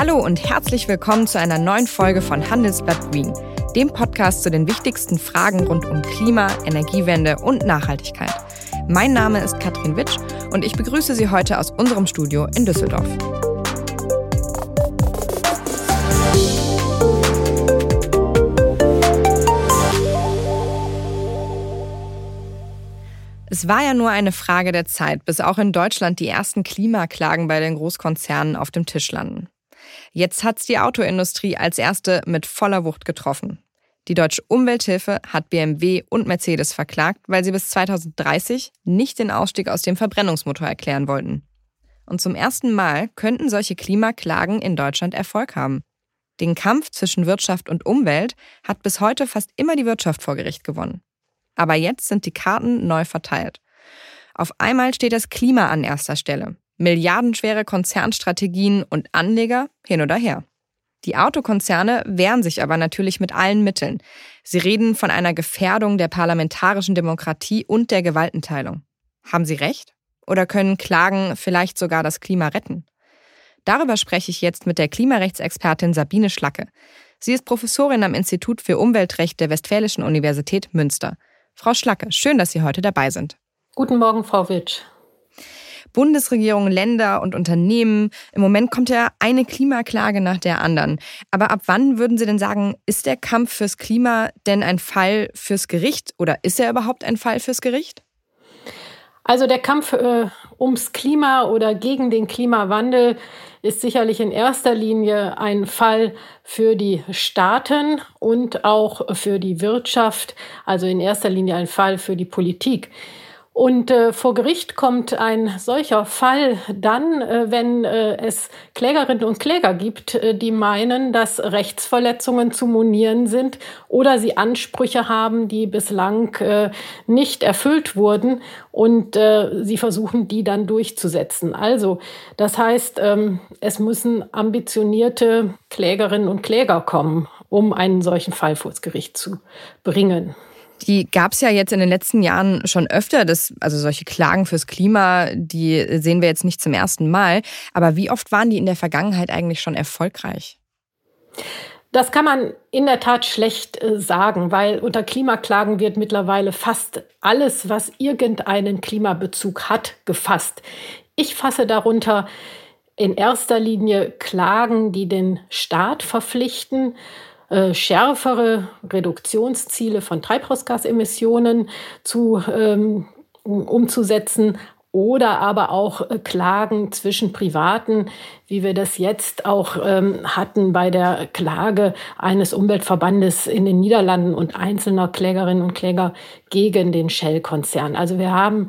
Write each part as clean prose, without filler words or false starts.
Hallo und herzlich willkommen zu einer neuen Folge von Handelsblatt Green, dem Podcast zu den wichtigsten Fragen rund um Klima, Energiewende und Nachhaltigkeit. Mein Name ist Katrin Witsch und ich begrüße Sie heute aus unserem Studio in Düsseldorf. Es war ja nur eine Frage der Zeit, bis auch in Deutschland die ersten Klimaklagen bei den Großkonzernen auf dem Tisch landen. Jetzt hat's die Autoindustrie als erste mit voller Wucht getroffen. Die Deutsche Umwelthilfe hat BMW und Mercedes verklagt, weil sie bis 2030 nicht den Ausstieg aus dem Verbrennungsmotor erklären wollten. Und zum ersten Mal könnten solche Klimaklagen in Deutschland Erfolg haben. Den Kampf zwischen Wirtschaft und Umwelt hat bis heute fast immer die Wirtschaft vor Gericht gewonnen. Aber jetzt sind die Karten neu verteilt. Auf einmal steht das Klima an erster Stelle. Milliardenschwere Konzernstrategien und Anleger hin oder her. Die Autokonzerne wehren sich aber natürlich mit allen Mitteln. Sie reden von einer Gefährdung der parlamentarischen Demokratie und der Gewaltenteilung. Haben sie recht? Oder können Klagen vielleicht sogar das Klima retten? Darüber spreche ich jetzt mit der Klimarechtsexpertin Sabine Schlacke. Sie ist Professorin am Institut für Umweltrecht der Westfälischen Universität Münster. Frau Schlacke, schön, dass Sie heute dabei sind. Guten Morgen, Frau Witsch. Bundesregierung, Länder und Unternehmen. Im Moment kommt ja eine Klimaklage nach der anderen. Aber ab wann würden Sie denn sagen, ist der Kampf fürs Klima denn ein Fall fürs Gericht? Oder ist er überhaupt ein Fall fürs Gericht? Also der Kampf ums Klima oder gegen den Klimawandel ist sicherlich in erster Linie ein Fall für die Staaten und auch für die Wirtschaft, also in erster Linie ein Fall für die Politik. Und vor Gericht kommt ein solcher Fall dann, wenn es Klägerinnen und Kläger gibt, die meinen, dass Rechtsverletzungen zu monieren sind oder sie Ansprüche haben, die bislang nicht erfüllt wurden und sie versuchen, die dann durchzusetzen. Also das heißt, es müssen ambitionierte Klägerinnen und Kläger kommen, um einen solchen Fall vors Gericht zu bringen. Die gab es ja jetzt in den letzten Jahren schon öfter, also solche Klagen fürs Klima, die sehen wir jetzt nicht zum ersten Mal. Aber wie oft waren die in der Vergangenheit eigentlich schon erfolgreich? Das kann man in der Tat schlecht sagen, weil unter Klimaklagen wird mittlerweile fast alles, was irgendeinen Klimabezug hat, gefasst. Ich fasse darunter in erster Linie Klagen, die den Staat verpflichten, schärfere Reduktionsziele von Treibhausgasemissionen umzusetzen oder aber auch Klagen zwischen Privaten, wie wir das jetzt auch hatten bei der Klage eines Umweltverbandes in den Niederlanden und einzelner Klägerinnen und Kläger gegen den Shell-Konzern. Also wir haben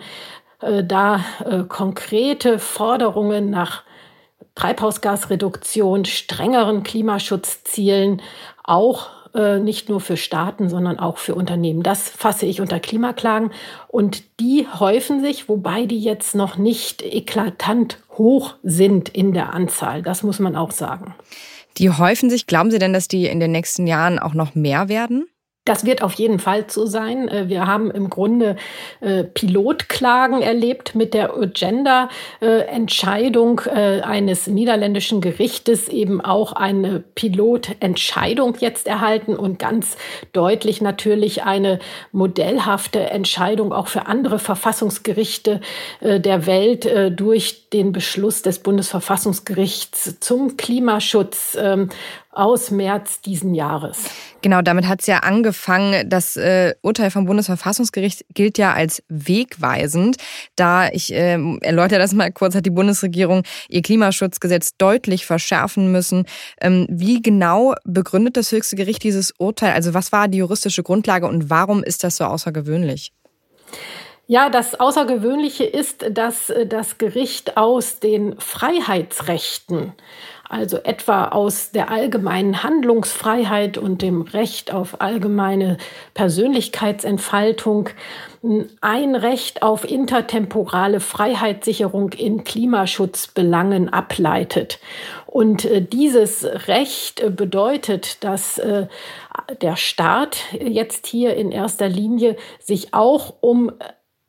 konkrete Forderungen nach Treibhausgasreduktion, strengeren Klimaschutzzielen, auch nicht nur für Staaten, sondern auch für Unternehmen. Das fasse ich unter Klimaklagen. Und die häufen sich, wobei die jetzt noch nicht eklatant hoch sind in der Anzahl. Das muss man auch sagen. Die häufen sich. Glauben Sie denn, dass die in den nächsten Jahren auch noch mehr werden? Das wird auf jeden Fall so sein. Wir haben im Grunde Pilotklagen erlebt mit der Urgenda-Entscheidung eines niederländischen Gerichtes, eben auch eine Pilotentscheidung jetzt erhalten und ganz deutlich natürlich eine modellhafte Entscheidung auch für andere Verfassungsgerichte der Welt durch den Beschluss des Bundesverfassungsgerichts zum Klimaschutz aus März diesen Jahres. Genau, damit hat es ja angefangen. Das Urteil vom Bundesverfassungsgericht gilt ja als wegweisend. Ich erläutere das mal kurz, hat die Bundesregierung ihr Klimaschutzgesetz deutlich verschärfen müssen. Wie genau begründet das höchste Gericht dieses Urteil? Also was war die juristische Grundlage und warum ist das so außergewöhnlich? Ja, das Außergewöhnliche ist, dass das Gericht aus den Freiheitsrechten, also etwa aus der allgemeinen Handlungsfreiheit und dem Recht auf allgemeine Persönlichkeitsentfaltung, ein Recht auf intertemporale Freiheitssicherung in Klimaschutzbelangen ableitet. Und dieses Recht bedeutet, dass der Staat jetzt hier in erster Linie sich auch um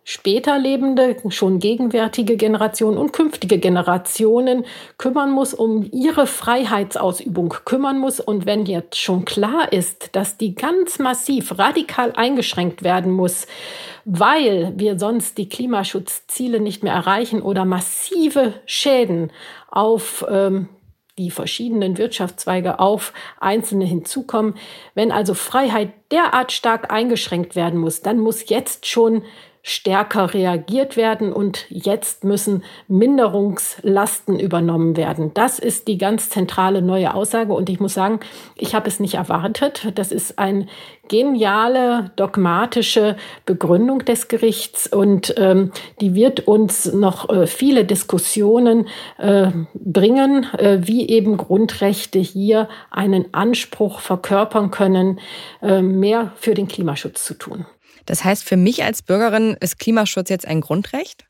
später lebende, schon gegenwärtige Generationen und künftige Generationen kümmern muss, um ihre Freiheitsausübung kümmern muss. Und wenn jetzt schon klar ist, dass die ganz massiv, radikal eingeschränkt werden muss, weil wir sonst die Klimaschutzziele nicht mehr erreichen oder massive Schäden auf die verschiedenen Wirtschaftszweige auf einzelne hinzukommen. Wenn also Freiheit derart stark eingeschränkt werden muss, dann muss jetzt schon stärker reagiert werden und jetzt müssen Minderungslasten übernommen werden. Das ist die ganz zentrale neue Aussage und ich muss sagen, ich habe es nicht erwartet. Das ist eine geniale, dogmatische Begründung des Gerichts und die wird uns noch viele Diskussionen bringen, wie eben Grundrechte hier einen Anspruch verkörpern können, mehr für den Klimaschutz zu tun. Das heißt, für mich als Bürgerin ist Klimaschutz jetzt ein Grundrecht?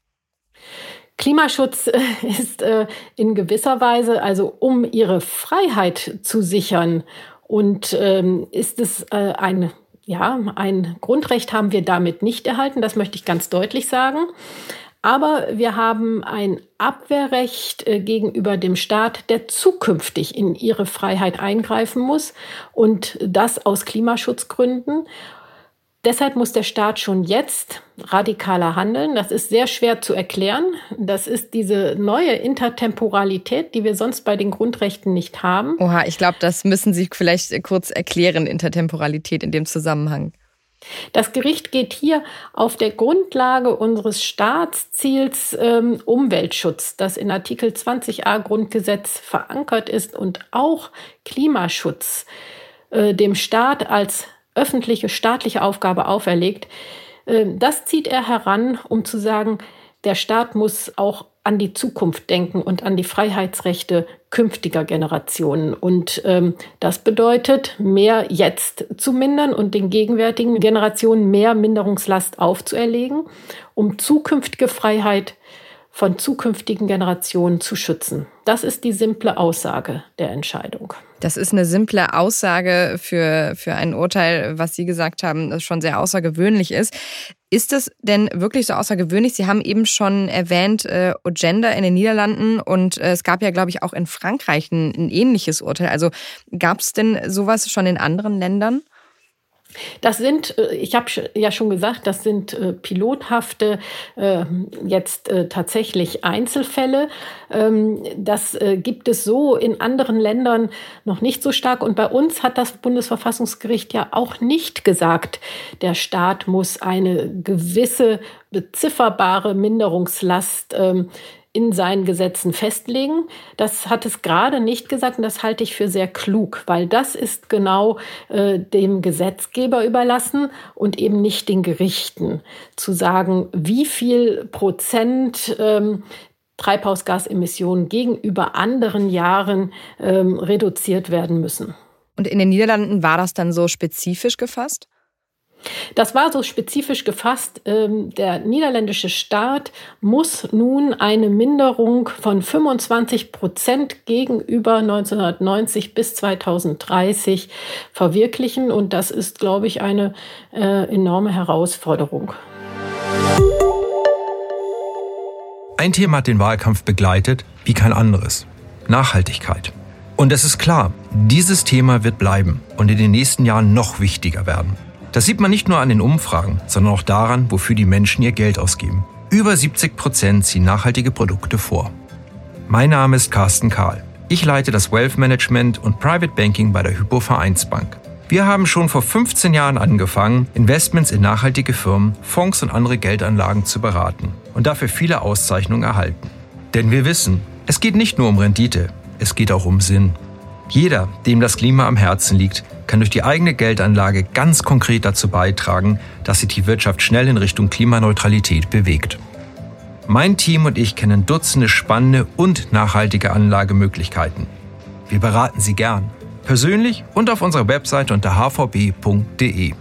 Klimaschutz ist in gewisser Weise, also um ihre Freiheit zu sichern, und ist es ein Grundrecht haben wir damit nicht erhalten, das möchte ich ganz deutlich sagen. Aber wir haben ein Abwehrrecht gegenüber dem Staat, der zukünftig in ihre Freiheit eingreifen muss, und das aus Klimaschutzgründen. Deshalb muss der Staat schon jetzt radikaler handeln. Das ist sehr schwer zu erklären. Das ist diese neue Intertemporalität, die wir sonst bei den Grundrechten nicht haben. Oha, ich glaube, das müssen Sie vielleicht kurz erklären, Intertemporalität in dem Zusammenhang. Das Gericht geht hier auf der Grundlage unseres Staatsziels Umweltschutz, das in Artikel 20a Grundgesetz verankert ist, und auch Klimaschutz dem Staat als öffentliche, staatliche Aufgabe auferlegt. Das zieht er heran, um zu sagen, der Staat muss auch an die Zukunft denken und an die Freiheitsrechte künftiger Generationen. Und das bedeutet, mehr jetzt zu mindern und den gegenwärtigen Generationen mehr Minderungslast aufzuerlegen, um zukünftige Freiheit von zukünftigen Generationen zu schützen. Das ist die simple Aussage der Entscheidung. Das ist eine simple Aussage für ein Urteil, was Sie gesagt haben, das schon sehr außergewöhnlich ist. Ist es denn wirklich so außergewöhnlich? Sie haben eben schon erwähnt, Urgenda in den Niederlanden, und es gab ja, glaube ich, auch in Frankreich ein ähnliches Urteil. Also gab es denn sowas schon in anderen Ländern? Das sind, ich habe ja schon gesagt, das sind pilothafte, jetzt tatsächlich Einzelfälle. Das gibt es so in anderen Ländern noch nicht so stark. Und bei uns hat das Bundesverfassungsgericht ja auch nicht gesagt, der Staat muss eine gewisse bezifferbare Minderungslast in seinen Gesetzen festlegen. Das hat es gerade nicht gesagt, und das halte ich für sehr klug, weil das ist genau dem Gesetzgeber überlassen und eben nicht den Gerichten, zu sagen, wie viel Prozent Treibhausgasemissionen gegenüber anderen Jahren reduziert werden müssen. Und in den Niederlanden war das dann so spezifisch gefasst? Das war so spezifisch gefasst. Der niederländische Staat muss nun eine Minderung von 25% gegenüber 1990 bis 2030 verwirklichen. Und das ist, glaube ich, eine enorme Herausforderung. Ein Thema hat den Wahlkampf begleitet wie kein anderes: Nachhaltigkeit. Und es ist klar, dieses Thema wird bleiben und in den nächsten Jahren noch wichtiger werden. Das sieht man nicht nur an den Umfragen, sondern auch daran, wofür die Menschen ihr Geld ausgeben. Über 70% ziehen nachhaltige Produkte vor. Mein Name ist Carsten Kahl. Ich leite das Wealth Management und Private Banking bei der Hypo Vereinsbank. Wir haben schon vor 15 Jahren angefangen, Investments in nachhaltige Firmen, Fonds und andere Geldanlagen zu beraten und dafür viele Auszeichnungen erhalten. Denn wir wissen, es geht nicht nur um Rendite, es geht auch um Sinn. Jeder, dem das Klima am Herzen liegt, kann durch die eigene Geldanlage ganz konkret dazu beitragen, dass sich die Wirtschaft schnell in Richtung Klimaneutralität bewegt. Mein Team und ich kennen Dutzende spannende und nachhaltige Anlagemöglichkeiten. Wir beraten Sie gern, persönlich und auf unserer Webseite unter hvb.de.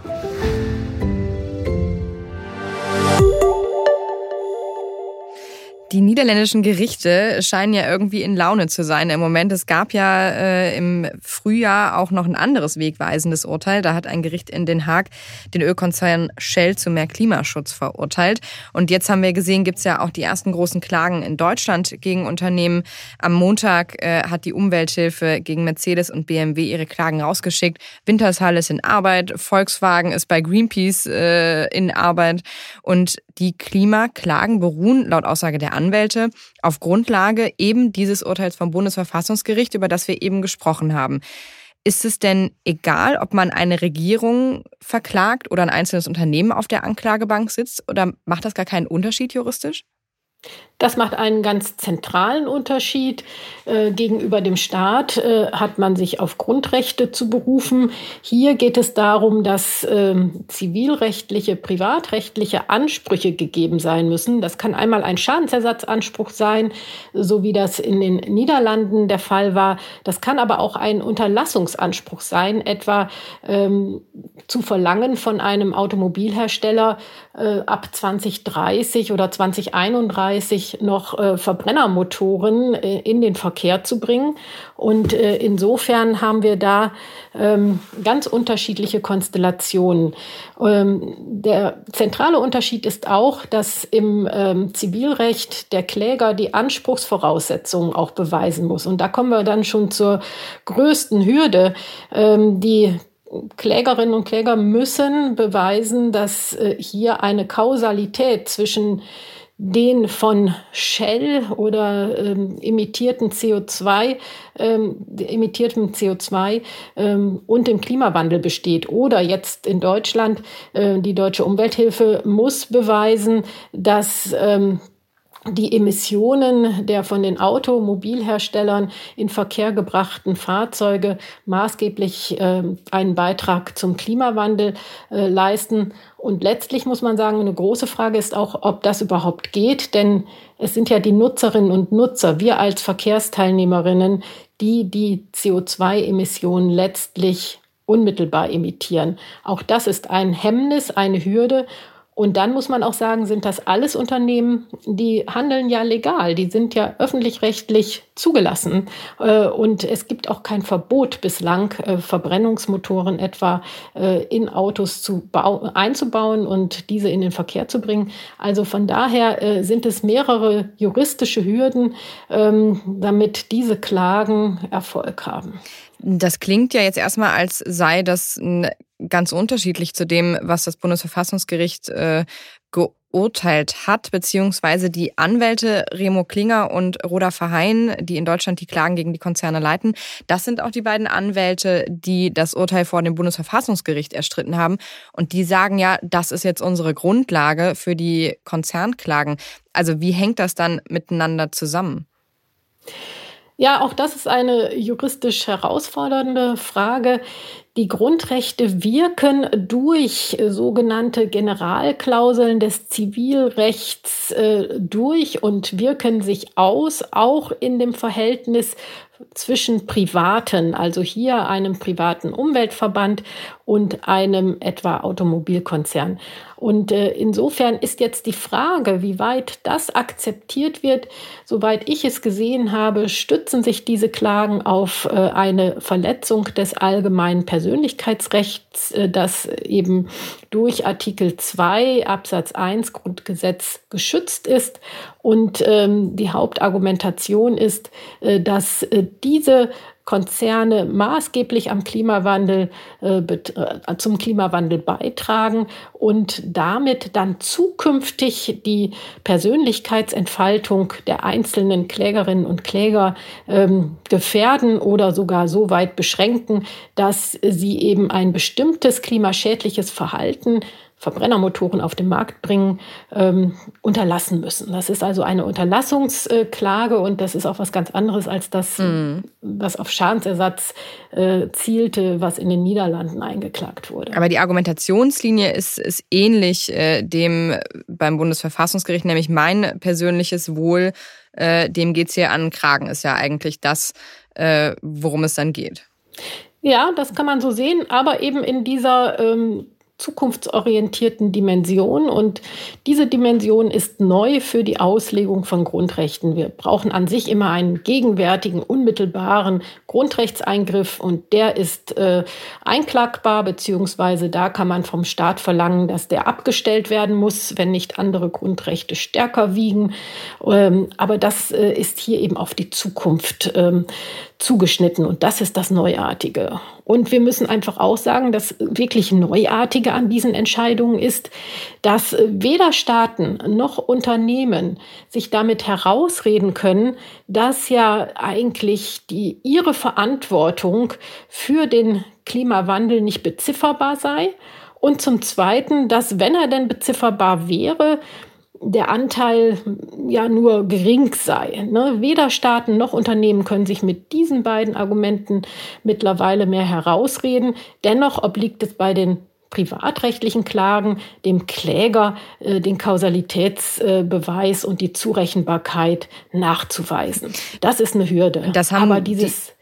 Die niederländischen Gerichte scheinen ja irgendwie in Laune zu sein im Moment. Es gab ja im Frühjahr auch noch ein anderes wegweisendes Urteil. Da hat ein Gericht in Den Haag den Ölkonzern Shell zu mehr Klimaschutz verurteilt. Und jetzt haben wir gesehen, gibt es ja auch die ersten großen Klagen in Deutschland gegen Unternehmen. Am Montag hat die Umwelthilfe gegen Mercedes und BMW ihre Klagen rausgeschickt. Wintershall ist in Arbeit, Volkswagen ist bei Greenpeace in Arbeit. Und die Klimaklagen beruhen laut Aussage der Anwälte auf Grundlage eben dieses Urteils vom Bundesverfassungsgericht, über das wir eben gesprochen haben. Ist es denn egal, ob man eine Regierung verklagt oder ein einzelnes Unternehmen auf der Anklagebank sitzt? Oder macht das gar keinen Unterschied juristisch? Das macht einen ganz zentralen Unterschied. Gegenüber dem Staat hat man sich auf Grundrechte zu berufen. Hier geht es darum, dass zivilrechtliche, privatrechtliche Ansprüche gegeben sein müssen. Das kann einmal ein Schadensersatzanspruch sein, so wie das in den Niederlanden der Fall war. Das kann aber auch ein Unterlassungsanspruch sein, etwa zu verlangen von einem Automobilhersteller ab 2030 oder 2031 noch Verbrennermotoren in den Verkehr zu bringen. Und insofern haben wir da ganz unterschiedliche Konstellationen. Der zentrale Unterschied ist auch, dass im Zivilrecht der Kläger die Anspruchsvoraussetzungen auch beweisen muss. Und da kommen wir dann schon zur größten Hürde. Die Klägerinnen und Kläger müssen beweisen, dass hier eine Kausalität zwischen den von Shell oder emittiertem CO2 und dem Klimawandel besteht. Oder jetzt in Deutschland, die Deutsche Umwelthilfe muss beweisen, dass die Emissionen der von den Automobilherstellern in Verkehr gebrachten Fahrzeuge maßgeblich einen Beitrag zum Klimawandel leisten. Und letztlich muss man sagen, eine große Frage ist auch, ob das überhaupt geht. Denn es sind ja die Nutzerinnen und Nutzer, wir als Verkehrsteilnehmerinnen, die CO2-Emissionen letztlich unmittelbar emittieren. Auch das ist ein Hemmnis, eine Hürde. Und dann muss man auch sagen, sind das alles Unternehmen, die handeln ja legal, die sind ja öffentlich-rechtlich zugelassen. Und es gibt auch kein Verbot bislang, Verbrennungsmotoren etwa in Autos einzubauen und diese in den Verkehr zu bringen. Also von daher sind es mehrere juristische Hürden, damit diese Klagen Erfolg haben. Das klingt ja jetzt erstmal, als sei das ganz unterschiedlich zu dem, was das Bundesverfassungsgericht geurteilt hat, beziehungsweise die Anwälte Remo Klinger und Roda Verheyen, die in Deutschland die Klagen gegen die Konzerne leiten. Das sind auch die beiden Anwälte, die das Urteil vor dem Bundesverfassungsgericht erstritten haben. Und die sagen ja, das ist jetzt unsere Grundlage für die Konzernklagen. Also wie hängt das dann miteinander zusammen? Ja, auch das ist eine juristisch herausfordernde Frage. Die Grundrechte wirken durch sogenannte Generalklauseln des Zivilrechts durch und wirken sich aus, auch in dem Verhältnis zwischen Privaten, also hier einem privaten Umweltverband und einem etwa Automobilkonzern. Und insofern ist jetzt die Frage, wie weit das akzeptiert wird. Soweit ich es gesehen habe, stützen sich diese Klagen auf eine Verletzung des allgemeinen Persönlichkeitsrechts, das eben durch Artikel 2 Absatz 1 Grundgesetz geschützt ist. Und die Hauptargumentation ist, dass diese Konzerne maßgeblich zum Klimawandel beitragen und damit dann zukünftig die Persönlichkeitsentfaltung der einzelnen Klägerinnen und Kläger gefährden oder sogar so weit beschränken, dass sie eben ein bestimmtes klimaschädliches Verhalten, Verbrennermotoren auf den Markt bringen, unterlassen müssen. Das ist also eine Unterlassungsklage und das ist auch was ganz anderes als das, was auf Schadensersatz zielte, was in den Niederlanden eingeklagt wurde. Aber die Argumentationslinie ist ähnlich dem beim Bundesverfassungsgericht, nämlich mein persönliches Wohl, dem geht's hier an den Kragen, ist ja eigentlich das, worum es dann geht. Ja, das kann man so sehen, aber eben in dieser zukunftsorientierten Dimension. Und diese Dimension ist neu für die Auslegung von Grundrechten. Wir brauchen an sich immer einen gegenwärtigen, unmittelbaren Grundrechtseingriff. Und der ist einklagbar, beziehungsweise da kann man vom Staat verlangen, dass der abgestellt werden muss, wenn nicht andere Grundrechte stärker wiegen. Aber das ist hier eben auf die Zukunft zugeschnitten. Und das ist das Neuartige. Und wir müssen einfach auch sagen, das wirklich Neuartige an diesen Entscheidungen ist, dass weder Staaten noch Unternehmen sich damit herausreden können, dass ja eigentlich ihre Verantwortung für den Klimawandel nicht bezifferbar sei. Und zum Zweiten, dass, wenn er denn bezifferbar wäre, der Anteil ja nur gering sei. Weder Staaten noch Unternehmen können sich mit diesen beiden Argumenten mittlerweile mehr herausreden. Dennoch obliegt es bei den privatrechtlichen Klagen dem Kläger, den Kausalitätsbeweis und die Zurechenbarkeit nachzuweisen. Das ist eine Hürde. Aber dieses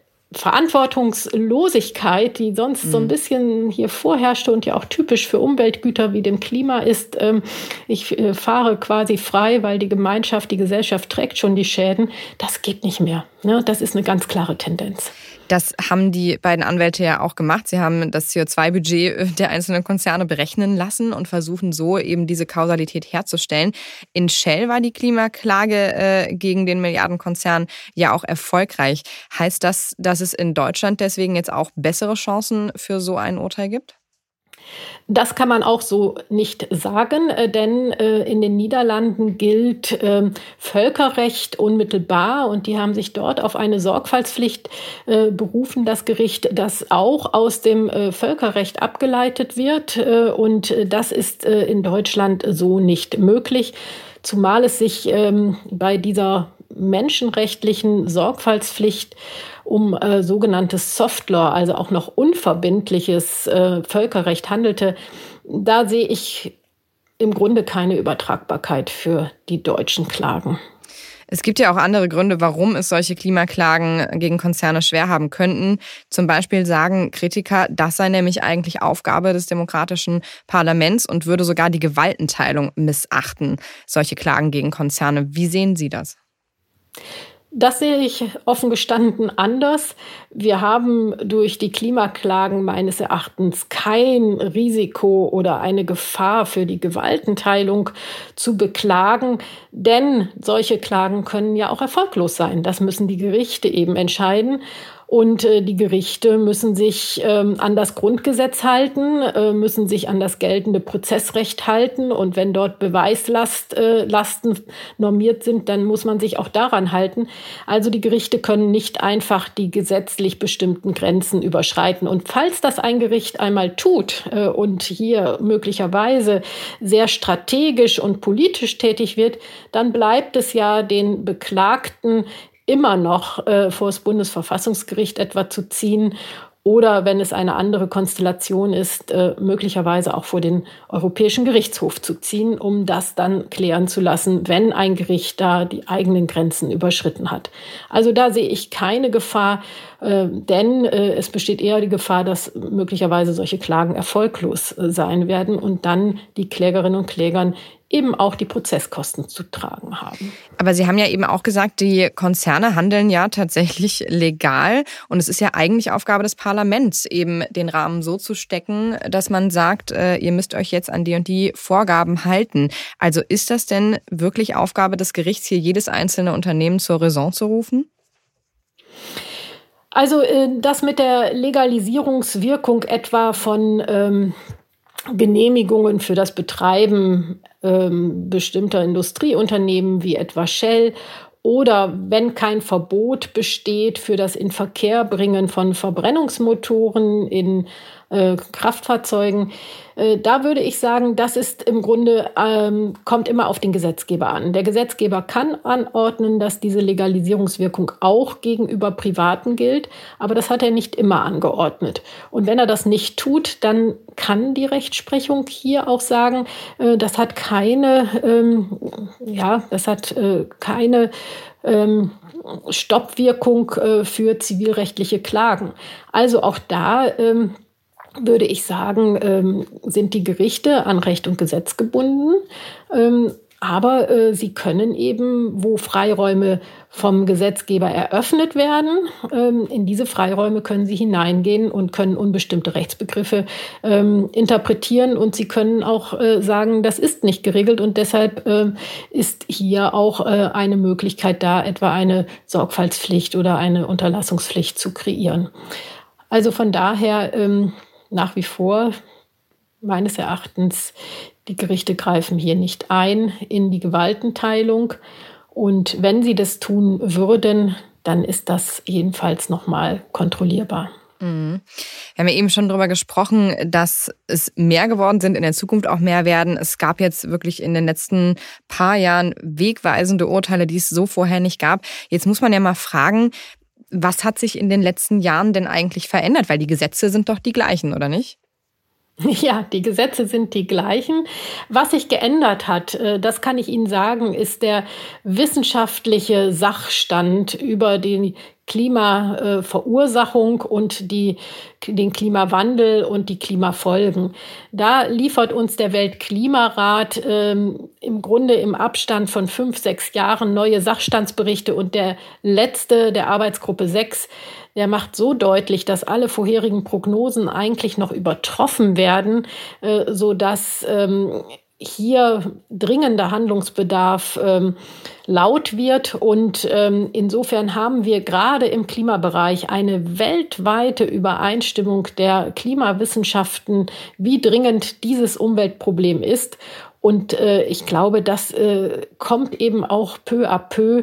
Verantwortungslosigkeit, die sonst so ein bisschen hier vorherrschte und ja auch typisch für Umweltgüter wie dem Klima ist, ich fahre quasi frei, weil die Gemeinschaft, die Gesellschaft trägt schon die Schäden, das geht nicht mehr. Das ist eine ganz klare Tendenz. Das haben die beiden Anwälte ja auch gemacht. Sie haben das CO2-Budget der einzelnen Konzerne berechnen lassen und versuchen so eben diese Kausalität herzustellen. In Shell war die Klimaklage gegen den Milliardenkonzern ja auch erfolgreich. Heißt das, dass es in Deutschland deswegen jetzt auch bessere Chancen für so ein Urteil gibt? Das kann man auch so nicht sagen, denn in den Niederlanden gilt Völkerrecht unmittelbar und die haben sich dort auf eine Sorgfaltspflicht berufen, das Gericht, das auch aus dem Völkerrecht abgeleitet wird. Und das ist in Deutschland so nicht möglich, zumal es sich bei dieser menschenrechtlichen Sorgfaltspflicht um sogenanntes Soft Law, also auch noch unverbindliches Völkerrecht handelte. Da sehe ich im Grunde keine Übertragbarkeit für die deutschen Klagen. Es gibt ja auch andere Gründe, warum es solche Klimaklagen gegen Konzerne schwer haben könnten. Zum Beispiel sagen Kritiker, das sei nämlich eigentlich Aufgabe des demokratischen Parlaments und würde sogar die Gewaltenteilung missachten, solche Klagen gegen Konzerne. Wie sehen Sie das? Das sehe ich offen gestanden anders. Wir haben durch die Klimaklagen meines Erachtens kein Risiko oder eine Gefahr für die Gewaltenteilung zu beklagen, denn solche Klagen können ja auch erfolglos sein. Das müssen die Gerichte eben entscheiden. Und die Gerichte müssen sich an das Grundgesetz halten, müssen sich an das geltende Prozessrecht halten. Und wenn dort Beweislasten normiert sind, dann muss man sich auch daran halten. Also die Gerichte können nicht einfach die gesetzlich bestimmten Grenzen überschreiten. Und falls das ein Gericht einmal tut und hier möglicherweise sehr strategisch und politisch tätig wird, dann bleibt es ja den Beklagten immer noch vor das Bundesverfassungsgericht etwa zu ziehen oder, wenn es eine andere Konstellation ist, möglicherweise auch vor den Europäischen Gerichtshof zu ziehen, um das dann klären zu lassen, wenn ein Gericht da die eigenen Grenzen überschritten hat. Also da sehe ich keine Gefahr, denn es besteht eher die Gefahr, dass möglicherweise solche Klagen erfolglos sein werden und dann die Klägerinnen und Klägern eben auch die Prozesskosten zu tragen haben. Aber Sie haben ja eben auch gesagt, die Konzerne handeln ja tatsächlich legal. Und es ist ja eigentlich Aufgabe des Parlaments, eben den Rahmen so zu stecken, dass man sagt, ihr müsst euch jetzt an die und die Vorgaben halten. Also ist das denn wirklich Aufgabe des Gerichts, hier jedes einzelne Unternehmen zur Raison zu rufen? Also das mit der Legalisierungswirkung etwa von Genehmigungen für das Betreiben bestimmter Industrieunternehmen wie etwa Shell oder wenn kein Verbot besteht für das Inverkehrbringen von Verbrennungsmotoren in Kraftfahrzeugen, da würde ich sagen, das ist im Grunde, kommt immer auf den Gesetzgeber an. Der Gesetzgeber kann anordnen, dass diese Legalisierungswirkung auch gegenüber Privaten gilt, aber das hat er nicht immer angeordnet. Und wenn er das nicht tut, dann kann die Rechtsprechung hier auch sagen, das hat keine Stoppwirkung für zivilrechtliche Klagen. Also auch da würde ich sagen, sind die Gerichte an Recht und Gesetz gebunden. Aber sie können eben, wo Freiräume vom Gesetzgeber eröffnet werden, in diese Freiräume können sie hineingehen und können unbestimmte Rechtsbegriffe interpretieren. Und sie können auch sagen, das ist nicht geregelt. Und deshalb ist hier auch eine Möglichkeit da, etwa eine Sorgfaltspflicht oder eine Unterlassungspflicht zu kreieren. Also von daher nach wie vor meines Erachtens, die Gerichte greifen hier nicht ein in die Gewaltenteilung. Und wenn sie das tun würden, dann ist das jedenfalls nochmal kontrollierbar. Wir haben ja eben schon darüber gesprochen, dass es mehr geworden sind, in der Zukunft auch mehr werden. Es gab jetzt wirklich in den letzten paar Jahren wegweisende Urteile, die es so vorher nicht gab. Jetzt muss man ja mal fragen, was hat sich in den letzten Jahren denn eigentlich verändert? Weil die Gesetze sind doch die gleichen, oder nicht? Ja, die Gesetze sind die gleichen. Was sich geändert hat, das kann ich Ihnen sagen, ist der wissenschaftliche Sachstand über die Klimaverursachung und den Klimawandel und die Klimafolgen. Da liefert uns der Weltklimarat im Grunde im Abstand von 5-6 Jahren neue Sachstandsberichte und der letzte, der Arbeitsgruppe 6, der macht so deutlich, dass alle vorherigen Prognosen eigentlich noch übertroffen werden, sodass hier dringender Handlungsbedarf laut wird. Und insofern haben wir gerade im Klimabereich eine weltweite Übereinstimmung der Klimawissenschaften, wie dringend dieses Umweltproblem ist. Und ich glaube, das kommt eben auch peu à peu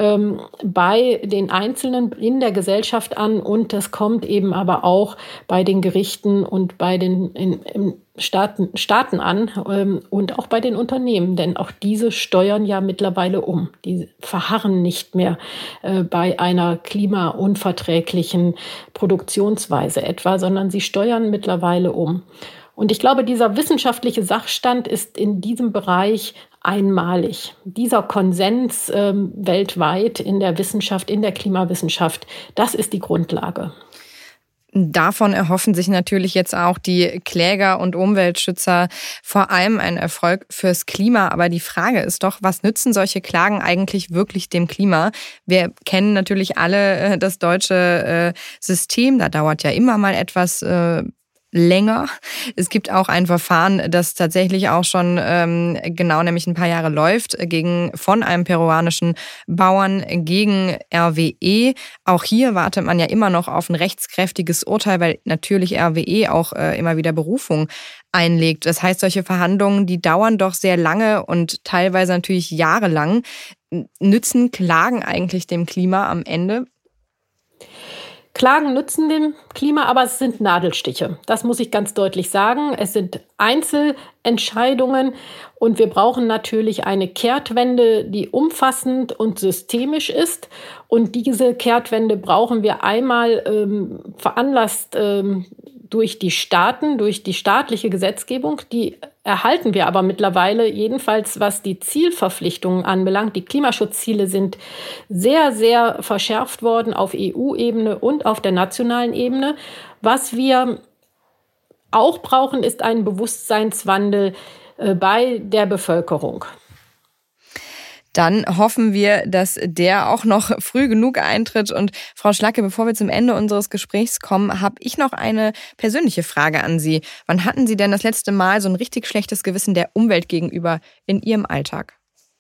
bei den Einzelnen in der Gesellschaft an. Und das kommt eben aber auch bei den Gerichten und bei den Staaten an und auch bei den Unternehmen. Denn auch diese steuern ja mittlerweile um. Die verharren nicht mehr bei einer klimaunverträglichen Produktionsweise etwa, sondern sie steuern mittlerweile um. Und ich glaube, dieser wissenschaftliche Sachstand ist in diesem Bereich einmalig. Dieser Konsens weltweit in der Wissenschaft, in der Klimawissenschaft, das ist die Grundlage. Davon erhoffen sich natürlich jetzt auch die Kläger und Umweltschützer vor allem einen Erfolg fürs Klima. Aber die Frage ist doch, was nützen solche Klagen eigentlich wirklich dem Klima? Wir kennen natürlich alle das deutsche System. Da dauert ja immer mal etwas länger. Es gibt auch ein Verfahren, das tatsächlich auch schon nämlich ein paar Jahre läuft, von einem peruanischen Bauern gegen RWE. Auch hier wartet man ja immer noch auf ein rechtskräftiges Urteil, weil natürlich RWE auch immer wieder Berufung einlegt. Das heißt, solche Verhandlungen, die dauern doch sehr lange und teilweise natürlich jahrelang. Nützen Klagen eigentlich dem Klima am Ende? Klagen nützen dem Klima, aber es sind Nadelstiche. Das muss ich ganz deutlich sagen. Es sind Einzelentscheidungen und wir brauchen natürlich eine Kehrtwende, die umfassend und systemisch ist. Und diese Kehrtwende brauchen wir einmal veranlasst durch die Staaten, durch die staatliche Gesetzgebung. Die erhalten wir aber mittlerweile, jedenfalls was die Zielverpflichtungen anbelangt. Die Klimaschutzziele sind sehr, sehr verschärft worden auf EU-Ebene und auf der nationalen Ebene. Was wir auch brauchen, ist ein Bewusstseinswandel bei der Bevölkerung. Dann hoffen wir, dass der auch noch früh genug eintritt. Und Frau Schlacke, bevor wir zum Ende unseres Gesprächs kommen, habe ich noch eine persönliche Frage an Sie. Wann hatten Sie denn das letzte Mal so ein richtig schlechtes Gewissen der Umwelt gegenüber in Ihrem Alltag?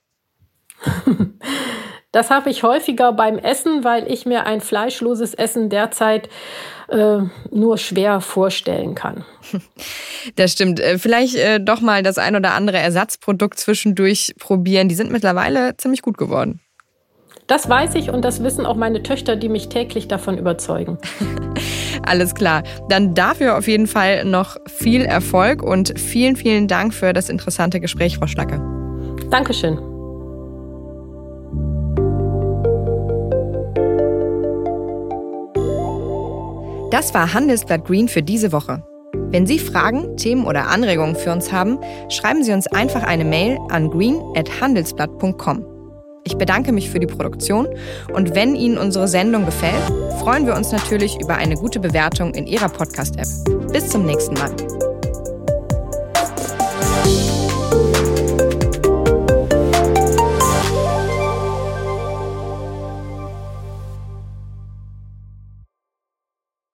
Das habe ich häufiger beim Essen, weil ich mir ein fleischloses Essen derzeit nur schwer vorstellen kann. Das stimmt. Vielleicht doch mal das ein oder andere Ersatzprodukt zwischendurch probieren. Die sind mittlerweile ziemlich gut geworden. Das weiß ich und das wissen auch meine Töchter, die mich täglich davon überzeugen. Alles klar. Dann dafür auf jeden Fall noch viel Erfolg und vielen, vielen Dank für das interessante Gespräch, Frau Schlacke. Dankeschön. Das war Handelsblatt Green für diese Woche. Wenn Sie Fragen, Themen oder Anregungen für uns haben, schreiben Sie uns einfach eine Mail an green@handelsblatt.com. Ich bedanke mich für die Produktion und wenn Ihnen unsere Sendung gefällt, freuen wir uns natürlich über eine gute Bewertung in Ihrer Podcast-App. Bis zum nächsten Mal.